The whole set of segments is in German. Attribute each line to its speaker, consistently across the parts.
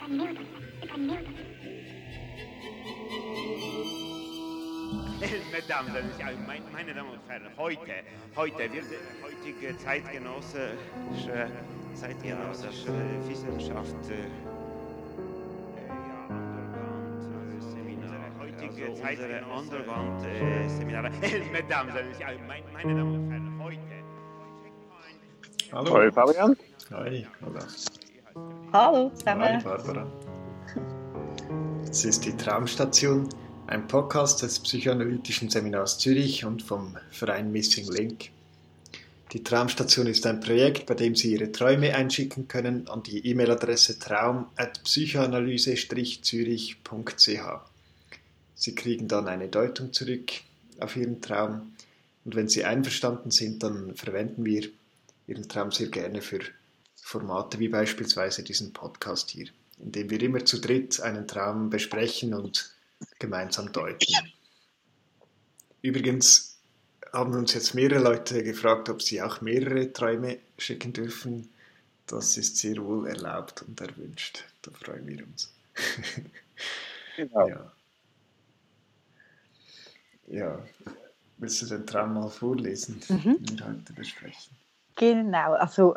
Speaker 1: Mesdames, meine Damen und Herren, heutige zeitgenössische Wissenschaft, unsere Underground-Seminare. Mesdames, meine Damen und Herren, heute.
Speaker 2: Hallo.
Speaker 3: Hallo Fabian.
Speaker 2: Hi, hallo.
Speaker 4: Hallo zusammen.
Speaker 2: Hi Barbara. Das ist die Traumstation, ein Podcast des Psychoanalytischen Seminars Zürich und vom Verein Missing Link. Die Traumstation ist ein Projekt, bei dem Sie Ihre Träume einschicken können an die E-Mail-Adresse traum@psychoanalyse-zürich.ch. Sie kriegen dann eine Deutung zurück auf Ihren Traum und wenn Sie einverstanden sind, dann verwenden wir Ihren Traum sehr gerne für Formate wie beispielsweise diesen Podcast hier, in dem wir immer zu dritt einen Traum besprechen und gemeinsam deuten. Übrigens haben uns jetzt mehrere Leute gefragt, ob sie auch mehrere Träume schicken dürfen. Das ist sehr wohl erlaubt und erwünscht. Da freuen wir uns.
Speaker 3: Genau.
Speaker 2: Ja. Willst du den Traum mal vorlesen, den wir heute besprechen?
Speaker 4: Genau, also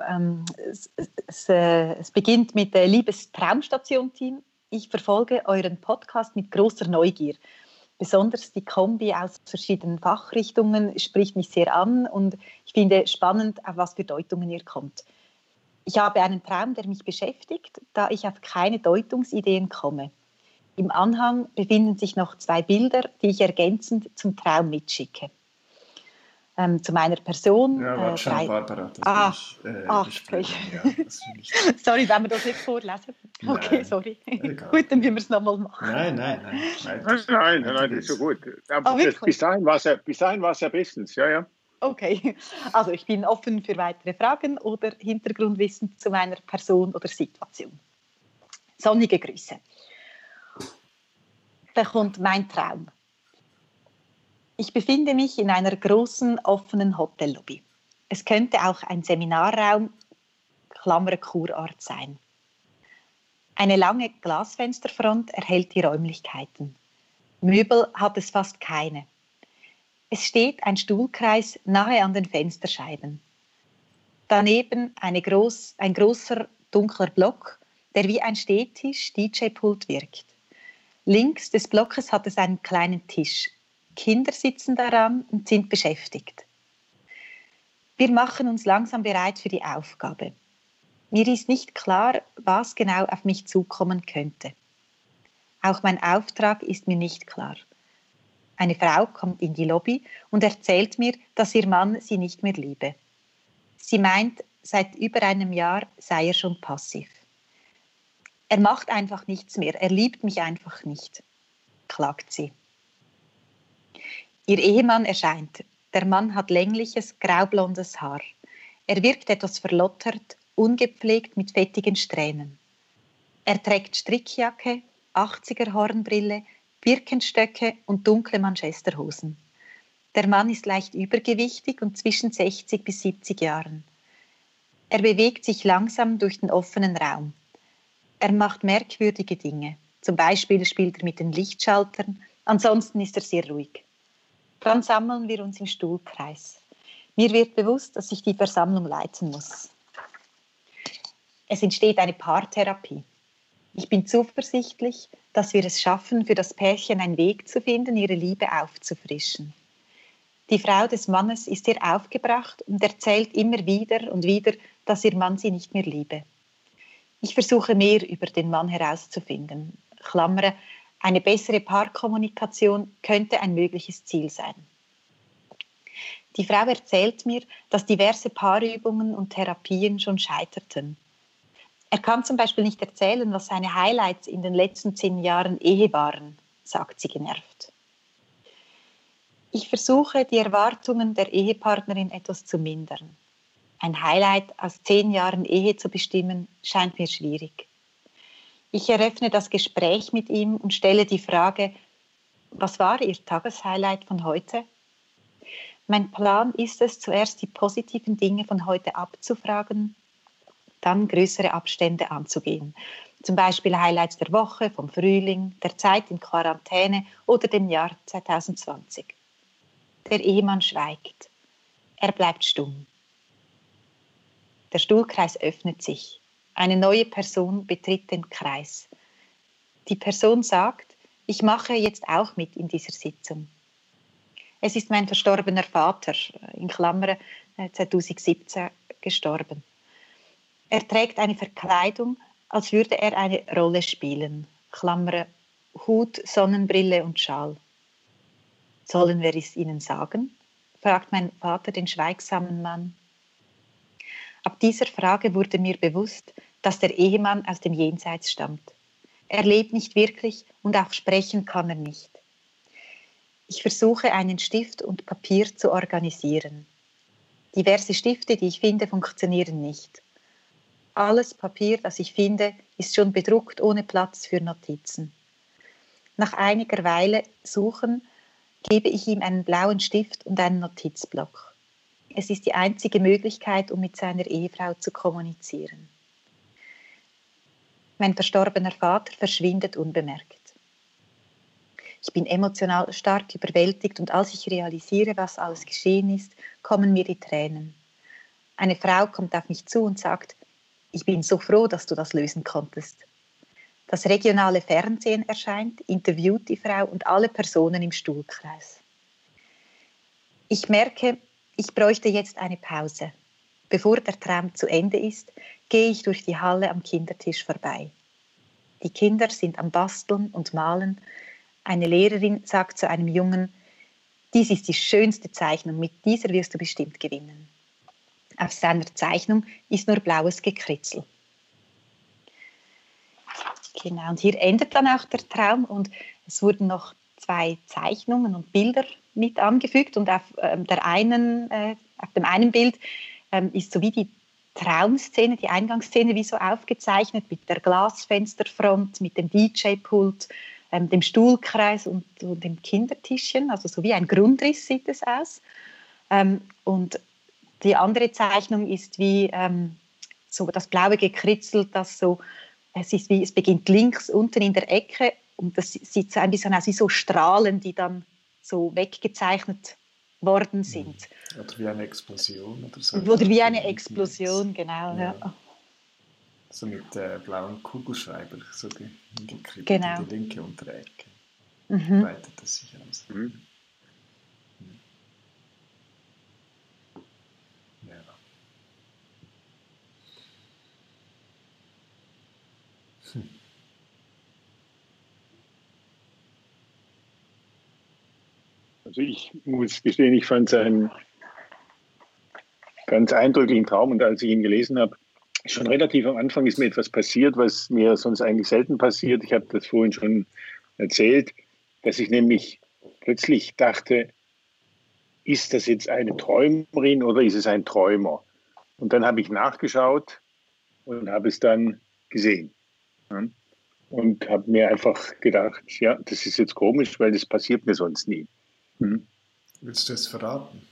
Speaker 4: es beginnt mit der Liebes Traumstation-Team. Ich verfolge euren Podcast mit großer Neugier. Besonders die Kombi aus verschiedenen Fachrichtungen spricht mich sehr an und ich finde spannend, auf was für Deutungen ihr kommt. Ich habe einen Traum, der mich beschäftigt, da ich auf keine Deutungsideen komme. Im Anhang befinden sich noch 2 Bilder, die ich ergänzend zum Traum mitschicke. Zu meiner Person.
Speaker 2: Ja, warte schon, Barbara, das will ich besprechen. Ja, das will ich.
Speaker 4: Sorry, wenn wir das nicht vorlesen. Okay,
Speaker 2: Nein,
Speaker 4: sorry.
Speaker 2: egal.
Speaker 4: Gut, dann müssen wir es nochmal machen.
Speaker 2: Nein,
Speaker 3: Nein, das ist so gut. Aber
Speaker 4: wirklich?
Speaker 3: bis dahin war es ja bestens, ja.
Speaker 4: Okay, also ich bin offen für weitere Fragen oder Hintergrundwissen zu meiner Person oder Situation. Sonnige Grüße. Da kommt mein Traum. Ich befinde mich in einer großen, offenen Hotellobby. Es könnte auch ein Seminarraum, Klammer Kurort sein. Eine lange Glasfensterfront erhält die Räumlichkeiten. Möbel hat es fast keine. Es steht ein Stuhlkreis nahe an den Fensterscheiben. Daneben ein großer, dunkler Block, der wie ein Stehtisch DJ-Pult wirkt. Links des Blockes hat es einen kleinen Tisch. Kinder sitzen daran und sind beschäftigt. Wir machen uns langsam bereit für die Aufgabe. Mir ist nicht klar, was genau auf mich zukommen könnte. Auch mein Auftrag ist mir nicht klar. Eine Frau kommt in die Lobby und erzählt mir, dass ihr Mann sie nicht mehr liebe. Sie meint, seit über einem Jahr sei er schon passiv. Er macht einfach nichts mehr, er liebt mich einfach nicht, klagt sie. Ihr Ehemann erscheint. Der Mann hat längliches, graublondes Haar. Er wirkt etwas verlottert, ungepflegt mit fettigen Strähnen. Er trägt Strickjacke, 80er-Hornbrille, Birkenstöcke und dunkle Manchesterhosen. Der Mann ist leicht übergewichtig und zwischen 60 bis 70 Jahren. Er bewegt sich langsam durch den offenen Raum. Er macht merkwürdige Dinge. Zum Beispiel spielt er mit den Lichtschaltern, ansonsten ist er sehr ruhig. Dann sammeln wir uns im Stuhlkreis. Mir wird bewusst, dass ich die Versammlung leiten muss. Es entsteht eine Paartherapie. Ich bin zuversichtlich, dass wir es schaffen, für das Pärchen einen Weg zu finden, ihre Liebe aufzufrischen. Die Frau des Mannes ist sehr aufgebracht und erzählt immer wieder und wieder, dass ihr Mann sie nicht mehr liebe. Ich versuche mehr über den Mann herauszufinden. Klammere, eine bessere Paarkommunikation könnte ein mögliches Ziel sein. Die Frau erzählt mir, dass diverse Paarübungen und Therapien schon scheiterten. Er kann zum Beispiel nicht erzählen, was seine Highlights in den letzten 10 Jahren Ehe waren, sagt sie genervt. Ich versuche, die Erwartungen der Ehepartnerin etwas zu mindern. Ein Highlight aus 10 Jahren Ehe zu bestimmen, scheint mir schwierig. Ich eröffne das Gespräch mit ihm und stelle die Frage, was war Ihr Tageshighlight von heute? Mein Plan ist es, zuerst die positiven Dinge von heute abzufragen, dann größere Abstände anzugehen. Zum Beispiel Highlights der Woche, vom Frühling, der Zeit in Quarantäne oder dem Jahr 2020. Der Ehemann schweigt. Er bleibt stumm. Der Stuhlkreis öffnet sich. Eine neue Person betritt den Kreis. Die Person sagt, ich mache jetzt auch mit in dieser Sitzung. Es ist mein verstorbener Vater, in Klammern 2017 gestorben. Er trägt eine Verkleidung, als würde er eine Rolle spielen. Klammern, Hut, Sonnenbrille und Schal. Sollen wir es Ihnen sagen? Fragt mein Vater den schweigsamen Mann. Ab dieser Frage wurde mir bewusst, dass der Ehemann aus dem Jenseits stammt. Er lebt nicht wirklich und auch sprechen kann er nicht. Ich versuche, einen Stift und Papier zu organisieren. Diverse Stifte, die ich finde, funktionieren nicht. Alles Papier, das ich finde, ist schon bedruckt, ohne Platz für Notizen. Nach einiger Weile Suchen gebe ich ihm einen blauen Stift und einen Notizblock. Es ist die einzige Möglichkeit, um mit seiner Ehefrau zu kommunizieren. Mein verstorbener Vater verschwindet unbemerkt. Ich bin emotional stark überwältigt und als ich realisiere, was alles geschehen ist, kommen mir die Tränen. Eine Frau kommt auf mich zu und sagt, ich bin so froh, dass du das lösen konntest. Das regionale Fernsehen erscheint, interviewt die Frau und alle Personen im Stuhlkreis. Ich merke, ich bräuchte jetzt eine Pause. Bevor der Traum zu Ende ist, gehe ich durch die Halle am Kindertisch vorbei. Die Kinder sind am Basteln und Malen. Eine Lehrerin sagt zu einem Jungen, dies ist die schönste Zeichnung, mit dieser wirst du bestimmt gewinnen. Auf seiner Zeichnung ist nur blaues Gekritzel. Genau, und hier endet dann auch der Traum und es wurden noch 2 Zeichnungen und Bilder mit angefügt und auf dem einen Bild ist so wie die Traumszene, die Eingangsszene wie so aufgezeichnet mit der Glasfensterfront, mit dem DJ-Pult, dem Stuhlkreis und dem Kindertischchen, also so wie ein Grundriss sieht es aus. Und die andere Zeichnung ist wie so das blaue Gekritzel, das so, es beginnt links unten in der Ecke und das sieht so ein bisschen aus wie so Strahlen, die dann so weggezeichnet worden sind.
Speaker 2: Oder wie eine Explosion oder so.
Speaker 4: Oder wie eine Explosion, genau.
Speaker 2: Ja.
Speaker 4: Ja.
Speaker 2: So mit blauen Kugelschreiber so gekriegt
Speaker 4: Genau.
Speaker 2: in die linke untere Ecke.
Speaker 4: Mhm.
Speaker 2: Breitet das sich aus. Ja.
Speaker 3: Also ich muss gestehen, ich fand es einen ganz eindrücklichen Traum und als ich ihn gelesen habe, schon relativ am Anfang ist mir etwas passiert, was mir sonst eigentlich selten passiert. Ich habe das vorhin schon erzählt, dass ich nämlich plötzlich dachte, ist das jetzt eine Träumerin oder ist es ein Träumer? Und dann habe ich nachgeschaut und habe es dann gesehen. Ja? Und habe mir einfach gedacht, ja, das ist jetzt komisch, weil das passiert mir sonst nie.
Speaker 2: Willst du es verraten?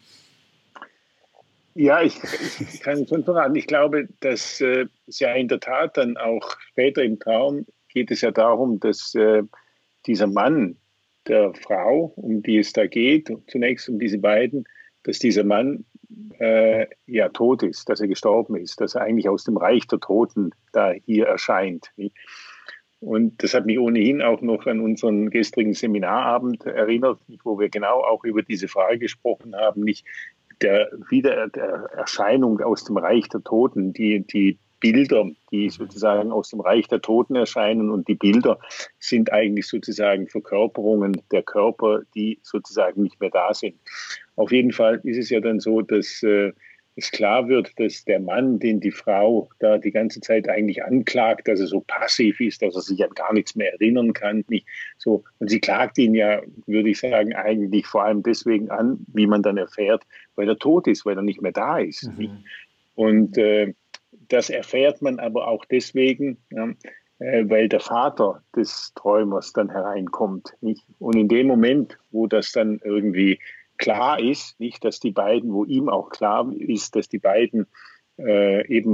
Speaker 3: Ja, ich kann es schon verraten. Ich glaube, dass es ja in der Tat dann auch später im Traum geht es ja darum, dass dieser Mann der Frau, um die es da geht, zunächst um diese beiden, dass dieser Mann ja tot ist, dass er gestorben ist, dass er eigentlich aus dem Reich der Toten da hier erscheint. Und das hat mich ohnehin auch noch an unseren gestrigen Seminarabend erinnert, wo wir genau auch über diese Frage gesprochen haben, nicht der Erscheinung aus dem Reich der Toten, die Bilder, die sozusagen aus dem Reich der Toten erscheinen und die Bilder sind eigentlich sozusagen Verkörperungen der Körper, die sozusagen nicht mehr da sind. Auf jeden Fall ist es ja dann so, dass es klar wird, dass der Mann, den die Frau da die ganze Zeit eigentlich anklagt, dass er so passiv ist, dass er sich an gar nichts mehr erinnern kann, nicht so. Und sie klagt ihn ja, würde ich sagen, eigentlich vor allem deswegen an, wie man dann erfährt, weil er tot ist, weil er nicht mehr da ist. Nicht? Und das erfährt man aber auch deswegen, ja, weil der Vater des Träumers dann hereinkommt. Nicht? Und in dem Moment, wo das dann irgendwie klar ist, nicht, dass die beiden, wo ihm auch klar ist, dass die beiden eben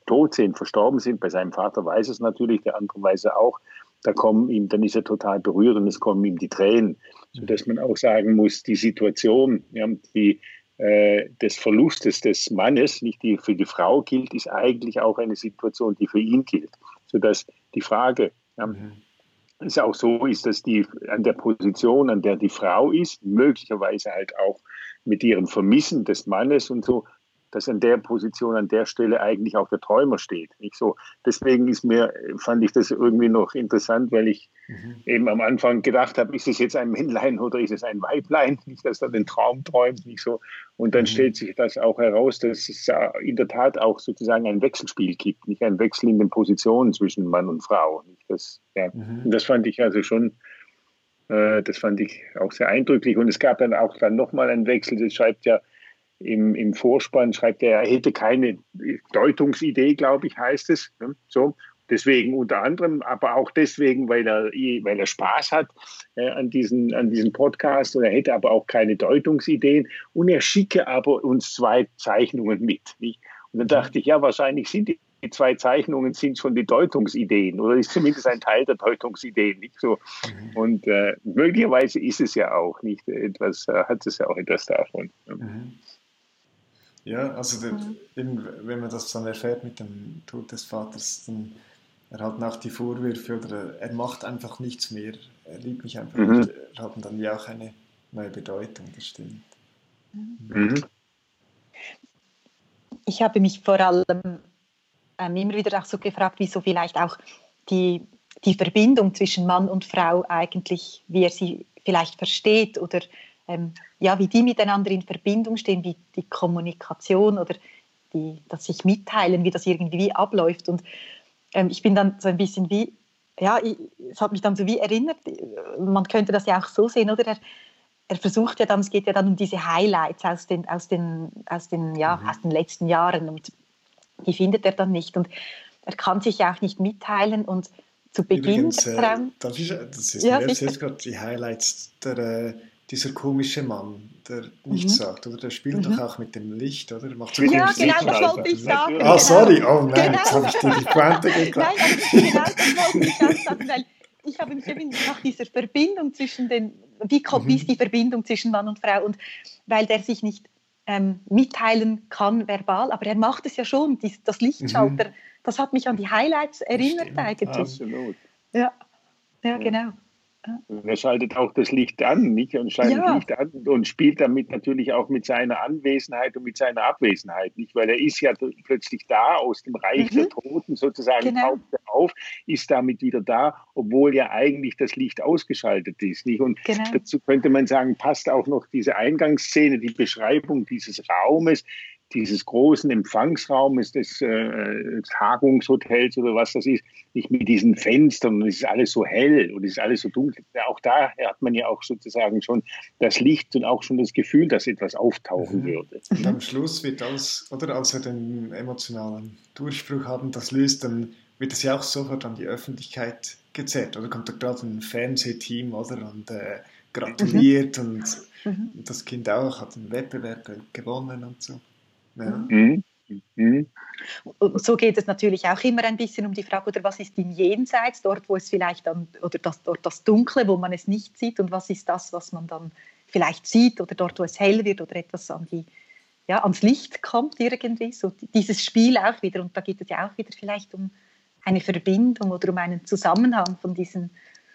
Speaker 3: tot sind, verstorben sind. Bei seinem Vater weiß es natürlich, der andere weiß es auch. Dann ist er total berührt und es kommen ihm die Tränen, sodass man auch sagen muss, die Situation, ja, des Verlustes des Mannes, nicht die für die Frau gilt, ist eigentlich auch eine Situation, die für ihn gilt, sodass die Frage es auch so ist, dass die an der Position, an der die Frau ist, möglicherweise halt auch mit ihrem Vermissen des Mannes und so, dass an der Position, an der Stelle eigentlich auch der Träumer steht. Nicht so. Deswegen fand ich das irgendwie noch interessant, weil ich eben am Anfang gedacht habe, ist es jetzt ein Männlein oder ist es ein Weiblein, nicht, dass er den Traum träumt, nicht so. Und dann stellt sich das auch heraus, dass es in der Tat auch sozusagen ein Wechselspiel gibt, nicht ein Wechsel in den Positionen zwischen Mann und Frau. Nicht? Und das fand ich also schon, das fand ich auch sehr eindrücklich. Und es gab dann auch nochmal einen Wechsel, das schreibt ja im Vorspann, schreibt er hätte keine Deutungsidee, glaube ich, heißt es. Ne? So. Deswegen unter anderem, aber auch deswegen, weil er Spaß hat an diesen Podcast, und er hätte aber auch keine Deutungsideen und er schicke aber uns 2 Zeichnungen mit. Nicht? Und dann dachte ich, ja, wahrscheinlich sind die 2 Zeichnungen sind schon die Deutungsideen oder ist zumindest ein Teil der Deutungsideen. Nicht so. Und möglicherweise ist es ja auch nicht etwas, hat es ja auch etwas davon.
Speaker 2: Ja, also eben, wenn man das dann erfährt mit dem Tod des Vaters, dann erhalten auch die Vorwürfe oder er macht einfach nichts mehr, er liebt mich einfach nicht, erhalten dann ja auch eine neue Bedeutung, das stimmt.
Speaker 4: Ich habe mich vor allem immer wieder auch so gefragt, wieso vielleicht auch die Verbindung zwischen Mann und Frau eigentlich, wie er sie vielleicht versteht oder wie die miteinander in Verbindung stehen, wie die Kommunikation oder das sich mitteilen, wie das irgendwie abläuft. Und ich bin dann so ein bisschen es hat mich dann so wie erinnert, man könnte das ja auch so sehen, oder? Er versucht ja dann, es geht ja dann um diese Highlights aus den letzten Jahren und die findet er dann nicht. Und er kann sich ja auch nicht mitteilen und zu Beginn
Speaker 2: Übrigens, das ist mir jetzt gerade die Highlights, dieser komische Mann, der nichts sagt, oder? Der spielt doch auch mit dem Licht, oder? Macht so
Speaker 4: genau,
Speaker 2: das
Speaker 4: wollte ich sagen.
Speaker 2: Sorry, oh nein, jetzt habe ich dir die Pointe geklaut.
Speaker 4: Nein, genau, das wollte ich auch sagen, weil ich habe mich eben nach dieser Verbindung zwischen wie ist die Verbindung zwischen Mann und Frau, und weil der sich nicht mitteilen kann verbal, aber er macht es ja schon, das Lichtschalter, das hat mich an die Highlights erinnert eigentlich.
Speaker 3: Absolut.
Speaker 4: Ja, genau.
Speaker 3: Und er schaltet auch das Licht an, nicht? Und Licht an und spielt damit natürlich auch mit seiner Anwesenheit und mit seiner Abwesenheit, nicht? Weil er ist ja plötzlich da, aus dem Reich der Toten sozusagen, taucht er auf, ist damit wieder da, obwohl ja eigentlich das Licht ausgeschaltet ist, nicht? Und dazu könnte man sagen, passt auch noch diese Eingangsszene, die Beschreibung dieses Raumes, dieses großen Empfangsraumes des Tagungshotels oder was das ist, nicht mit diesen Fenstern, und es ist alles so hell und es ist alles so dunkel. Auch da hat man ja auch sozusagen schon das Licht und auch schon das Gefühl, dass etwas auftauchen würde.
Speaker 2: Und am Schluss wird als wir den emotionalen Durchbruch haben, das löst, dann wird es ja auch sofort an die Öffentlichkeit gezerrt. Oder kommt da gerade ein Fernsehteam, oder? Und gratuliert und das Kind auch hat einen Wettbewerb gewonnen und so. Ja.
Speaker 4: So geht es natürlich auch immer ein bisschen um die Frage, oder was ist im Jenseits, dort wo es vielleicht dort das Dunkle, wo man es nicht sieht, und was ist das, was man dann vielleicht sieht, oder dort wo es hell wird oder etwas ans Licht kommt irgendwie, so dieses Spiel auch wieder, und da geht es ja auch wieder vielleicht um eine Verbindung oder um einen Zusammenhang von diesen,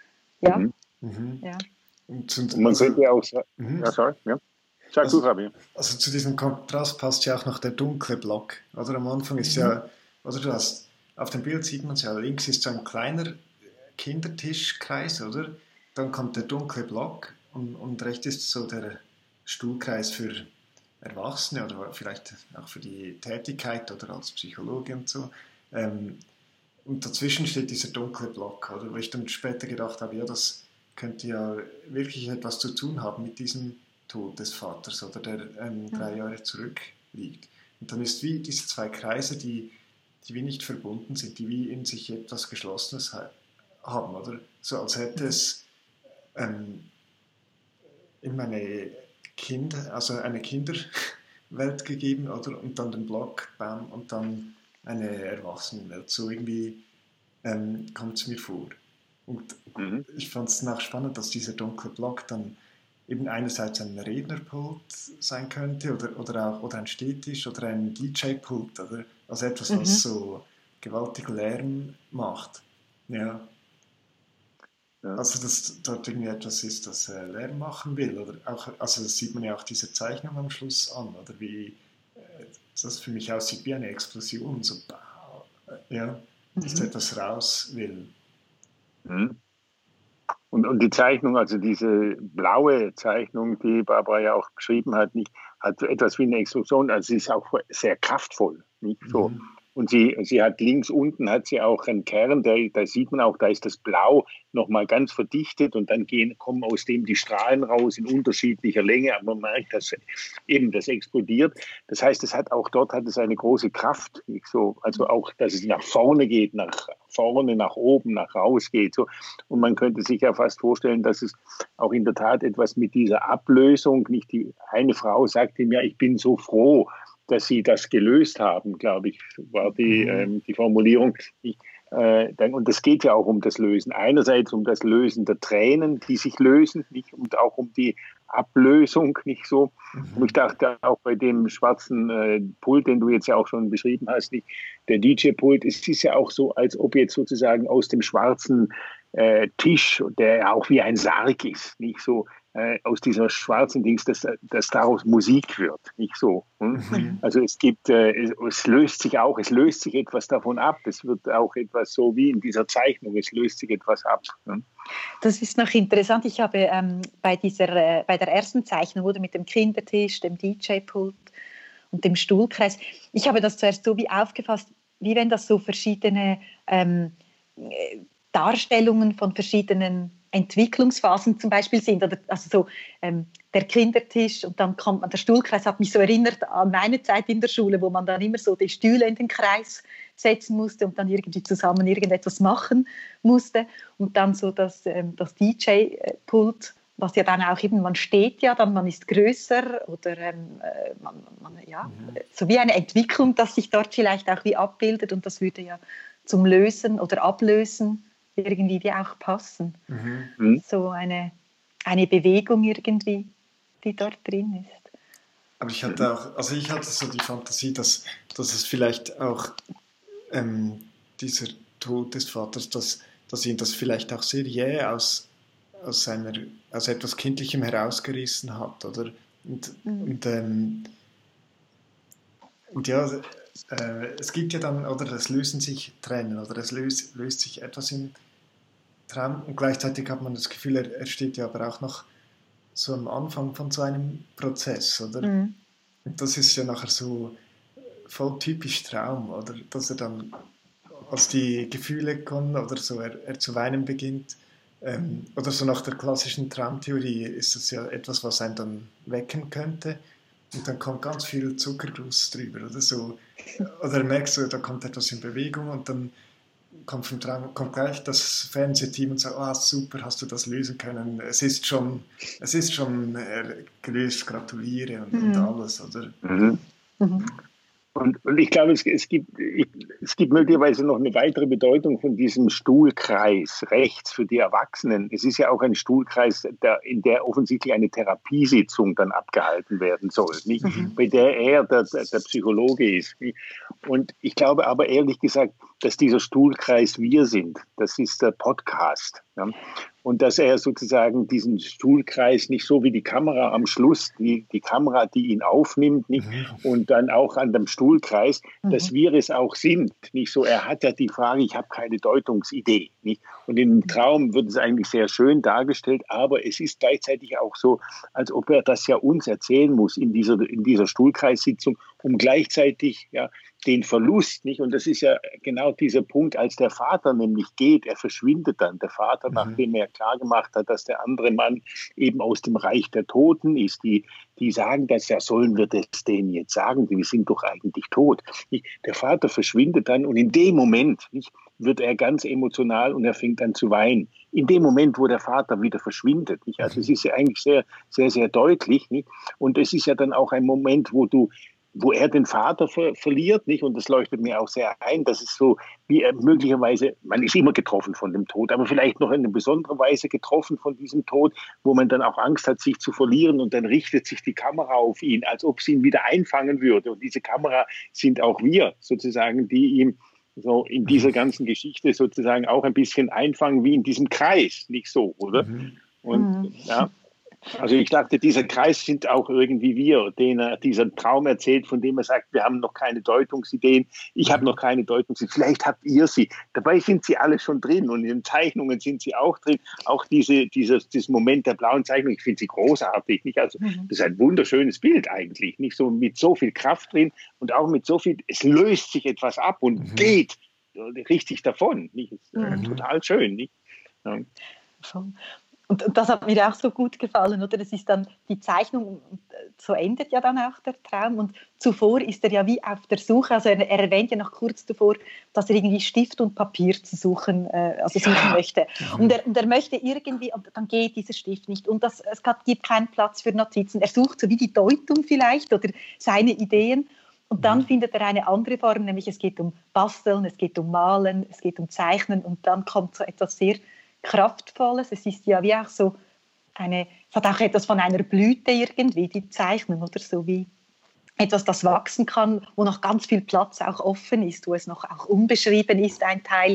Speaker 3: Und man könnte ja auch sagen, Sag du, Fabian.
Speaker 2: Also zu diesem Kontrast passt ja auch noch der dunkle Block. Oder am Anfang ist ja, oder auf dem Bild sieht man es ja, links ist so ein kleiner Kindertischkreis, oder? Dann kommt der dunkle Block und rechts ist so der Stuhlkreis für Erwachsene oder vielleicht auch für die Tätigkeit oder als Psychologe und so. Und dazwischen steht dieser dunkle Block, oder? Wo ich dann später gedacht habe, ja, das könnte ja wirklich etwas zu tun haben mit diesem Tod des Vaters, oder der 3 Jahre zurückliegt. Und dann ist wie diese 2 Kreise, die wie nicht verbunden sind, die wie in sich etwas Geschlossenes haben, oder? So als hätte es immer eine Kinderwelt gegeben, oder? Und dann den Block, bam, und dann eine Erwachsenenwelt. So irgendwie kommt es mir vor. Und ich fand es auch spannend, dass dieser dunkle Block dann eben einerseits ein Rednerpult sein könnte oder ein Stehtisch oder ein DJ-Pult, oder? Also etwas, was so gewaltig Lärm macht. Ja. Also dass dort irgendwie etwas ist, das Lärm machen will. Oder auch, also das sieht man ja auch diese Zeichnung am Schluss an, oder wie das für mich aussieht wie eine Explosion, so dass da etwas raus will.
Speaker 3: Und die Zeichnung, also diese blaue Zeichnung, die Barbara ja auch beschrieben hat, hat etwas wie eine Explosion, also sie ist auch sehr kraftvoll, nicht so. Und sie hat links unten hat sie auch einen Kern, da sieht man auch, da ist das Blau nochmal ganz verdichtet und dann kommen aus dem die Strahlen raus in unterschiedlicher Länge, aber man merkt, dass eben das explodiert. Das heißt, dort hat es eine große Kraft, nicht so, also auch, dass es nach vorne geht, nach oben, nach raus geht. So. Und man könnte sich ja fast vorstellen, dass es auch in der Tat etwas mit dieser Ablösung, nicht die eine Frau sagte mir, ich bin so froh, dass sie das gelöst haben, glaube ich, war die Formulierung. Und es geht ja auch um das Lösen. Einerseits um das Lösen der Tränen, die sich lösen, nicht? Und auch um die Ablösung, nicht so. Und ich dachte auch bei dem schwarzen Pult, den du jetzt ja auch schon beschrieben hast, nicht? Der DJ-Pult, es ist ja auch so, als ob jetzt sozusagen aus dem schwarzen Tisch, der ja auch wie ein Sarg ist, nicht so, aus dieser schwarzen Dings, dass daraus Musik wird, nicht so. Also es löst sich etwas davon ab. Es wird auch etwas so wie in dieser Zeichnung, es löst sich etwas ab.
Speaker 4: Das ist noch interessant. Ich habe bei der ersten Zeichnung oder mit dem Kindertisch, dem DJ-Pult und dem Stuhlkreis, ich habe das zuerst so wie aufgefasst, wie wenn das so verschiedene Darstellungen von verschiedenen Entwicklungsphasen zum Beispiel sind. Oder, also so der Kindertisch und dann kommt man, der Stuhlkreis hat mich so erinnert an meine Zeit in der Schule, wo man dann immer so die Stühle in den Kreis setzen musste und dann irgendwie zusammen irgendetwas machen musste. Und dann so das DJ-Pult, was ja dann auch eben, man steht ja, dann man ist größer oder so wie eine Entwicklung, dass sich dort vielleicht auch wie abbildet und das würde ja zum Lösen oder Ablösen irgendwie wie auch passen. So eine Bewegung irgendwie, die dort drin ist.
Speaker 2: Aber ich hatte so die Fantasie, dass es vielleicht auch dieser Tod des Vaters, dass ihn das vielleicht auch sehr jäh aus etwas Kindlichem herausgerissen hat, oder? Und ja, es gibt ja dann, oder es lösen sich Tränen, oder es löst sich etwas im Traum und gleichzeitig hat man das Gefühl, er steht ja aber auch noch so am Anfang von so einem Prozess, oder? Und das ist ja nachher so voll typisch Traum, oder? Dass er dann, als die Gefühle kommen oder so, er zu weinen beginnt, oder so nach der klassischen Traumtheorie ist das ja etwas, was einen dann wecken könnte. Und dann kommt ganz viel Zuckerguss drüber oder so. Oder merkst du, da kommt etwas in Bewegung und dann kommt gleich das Fernsehteam und sagt, ah, super, hast du das lösen können. Es ist schon gelöst, gratuliere und alles, oder?
Speaker 3: Und ich glaube, es gibt möglicherweise noch eine weitere Bedeutung von diesem Stuhlkreis rechts für die Erwachsenen. Es ist ja auch ein Stuhlkreis, in der offensichtlich eine Therapiesitzung dann abgehalten werden soll, nicht? Bei der er der Psychologe ist. Und ich glaube aber ehrlich gesagt, dass dieser Stuhlkreis wir sind. Das ist der Podcast. Ja? Und dass er sozusagen diesen Stuhlkreis nicht so wie die Kamera am Schluss, die Kamera, die ihn aufnimmt, nicht? Und dann auch an dem Stuhlkreis, dass wir es auch sind. Nicht so, er hat ja die Frage, ich habe keine Deutungsidee. Nicht? Und im Traum wird es eigentlich sehr schön dargestellt, aber es ist gleichzeitig auch so, als ob er das ja uns erzählen muss in dieser Stuhlkreissitzung, um gleichzeitig den Verlust, nicht? Und das ist ja genau dieser Punkt, als der Vater nämlich geht, er verschwindet dann, der Vater, nachdem er klargemacht hat, dass der andere Mann eben aus dem Reich der Toten ist, die sagen das, ja, sollen wir das denen jetzt sagen, wir sind doch eigentlich tot. Nicht? Der Vater verschwindet dann und in dem Moment, nicht, wird er ganz emotional und er fängt an zu weinen. In dem Moment, wo der Vater wieder verschwindet. Nicht? Also es ist ja eigentlich sehr, sehr, sehr deutlich. Nicht? Und es ist ja dann auch ein Moment, wo du wo er den Vater verliert, nicht? Und das leuchtet mir auch sehr ein. Das ist so, wie er möglicherweise, man ist immer getroffen von dem Tod, aber vielleicht noch in einer besonderen Weise getroffen von diesem Tod, wo man dann auch Angst hat, sich zu verlieren, und dann richtet sich die Kamera auf ihn, als ob sie ihn wieder einfangen würde. Und diese Kamera sind auch wir sozusagen, die ihm so in dieser ganzen Geschichte sozusagen auch ein bisschen einfangen, wie in diesem Kreis, nicht so, oder? Und ja. Also ich dachte, dieser Kreis sind auch irgendwie wir, denen er diesen Traum erzählt, von dem er sagt, wir haben noch keine Deutungsideen, ich habe noch keine Deutungsideen, vielleicht habt ihr sie. Dabei sind sie alle schon drin, und in den Zeichnungen sind sie auch drin. Auch dieses Moment der blauen Zeichnung, ich finde sie großartig. Nicht? Also das ist ein wunderschönes Bild eigentlich, nicht so mit so viel Kraft drin und auch mit so viel, es löst sich etwas ab und geht richtig davon. Nicht? Total schön. Nicht? Ja.
Speaker 4: Und das hat mir auch so gut gefallen, oder? Das ist dann die Zeichnung, so endet ja dann auch der Traum. Und zuvor ist er ja wie auf der Suche, also er erwähnt ja noch kurz zuvor, dass er irgendwie Stift und Papier suchen möchte. Und er möchte irgendwie, und dann geht dieser Stift nicht. Und es gibt keinen Platz für Notizen. Er sucht so wie die Deutung vielleicht oder seine Ideen. Und dann findet er eine andere Form, nämlich es geht um Basteln, es geht um Malen, es geht um Zeichnen. Und dann kommt so etwas sehr Kraftvolles. Es ist ja wie auch so es hat auch etwas von einer Blüte irgendwie, die Zeichnung, oder so wie etwas, das wachsen kann, wo noch ganz viel Platz auch offen ist, wo es noch auch unbeschrieben ist, ein Teil.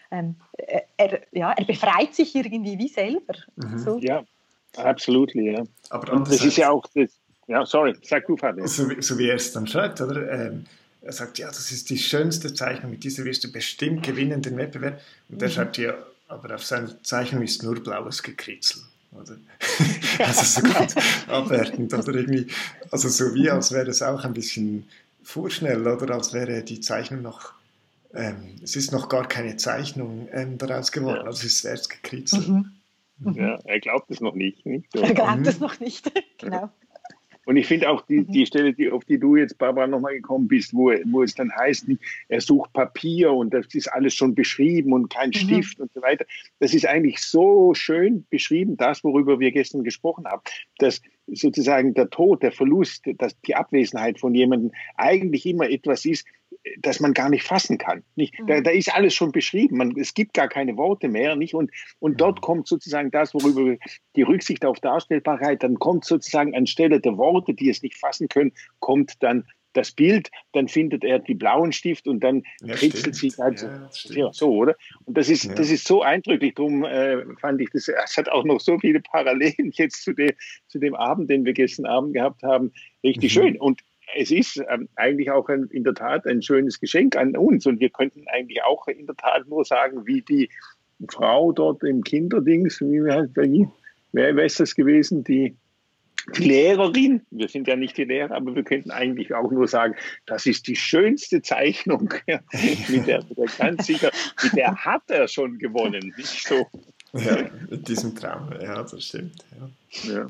Speaker 4: Er befreit sich irgendwie wie selber. So.
Speaker 3: Ja, absolut, ja.
Speaker 2: Aber
Speaker 3: das ist ja auch das. Ja, sorry, sag du, Fabian.
Speaker 2: So wie er es dann schreibt, oder? Er sagt, ja, das ist die schönste Zeichnung, mit dieser wirst du bestimmt gewinnen, den Wettbewerb. Und er schreibt ja, aber auf seiner Zeichnung ist nur blaues Gekritzel. Oder? Also so ganz abwertend. Oder irgendwie, also so wie, als wäre es auch ein bisschen vorschnell, oder als wäre die Zeichnung noch, es ist noch gar keine Zeichnung daraus geworden, also es ist erst gekritzelt.
Speaker 3: Ja, er glaubt es noch nicht. So.
Speaker 4: Er glaubt es noch nicht, genau.
Speaker 3: Und ich finde auch die Stelle, auf die du jetzt, Barbara, nochmal gekommen bist, wo es dann heißt, er sucht Papier und das ist alles schon beschrieben und kein Stift und so weiter. Das ist eigentlich so schön beschrieben, das, worüber wir gestern gesprochen haben, dass sozusagen der Tod, der Verlust, dass die Abwesenheit von jemandem eigentlich immer etwas ist, das man gar nicht fassen kann. Nicht? Da ist alles schon beschrieben. Es gibt gar keine Worte mehr. Nicht? Und dort kommt sozusagen das, worüber die Rücksicht auf Darstellbarkeit, dann kommt sozusagen anstelle der Worte, die es nicht fassen können, kommt dann das Bild, dann findet er die blauen Stift und dann kritzelt sich halt so, oder? Und das ist so eindrücklich, darum fand ich, es hat auch noch so viele Parallelen jetzt zu dem Abend, den wir gestern Abend gehabt haben, richtig schön. Und es ist eigentlich auch in der Tat ein schönes Geschenk an uns, und wir könnten eigentlich auch in der Tat nur sagen, wie die Frau dort im Kinderdings, wer ist das gewesen, die Lehrerin, wir sind ja nicht die Lehrer, aber wir könnten eigentlich auch nur sagen, das ist die schönste Zeichnung, mit der ganz sicher, mit der hat er schon gewonnen, nicht so.
Speaker 2: Ja, mit diesem Traum, ja, das stimmt. Ja,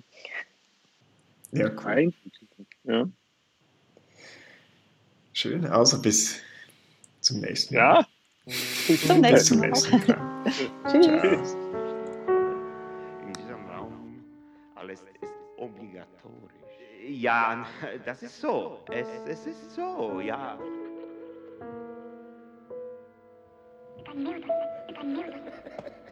Speaker 2: cool.
Speaker 3: Ja.
Speaker 2: Schön, also bis zum nächsten Mal.
Speaker 3: Ja.
Speaker 4: Bis zum nächsten Mal.
Speaker 3: Tschüss.
Speaker 1: In diesem Raum alles ist obligatorisch. Ja, das ist so. Es ist so, ja.
Speaker 5: It's a new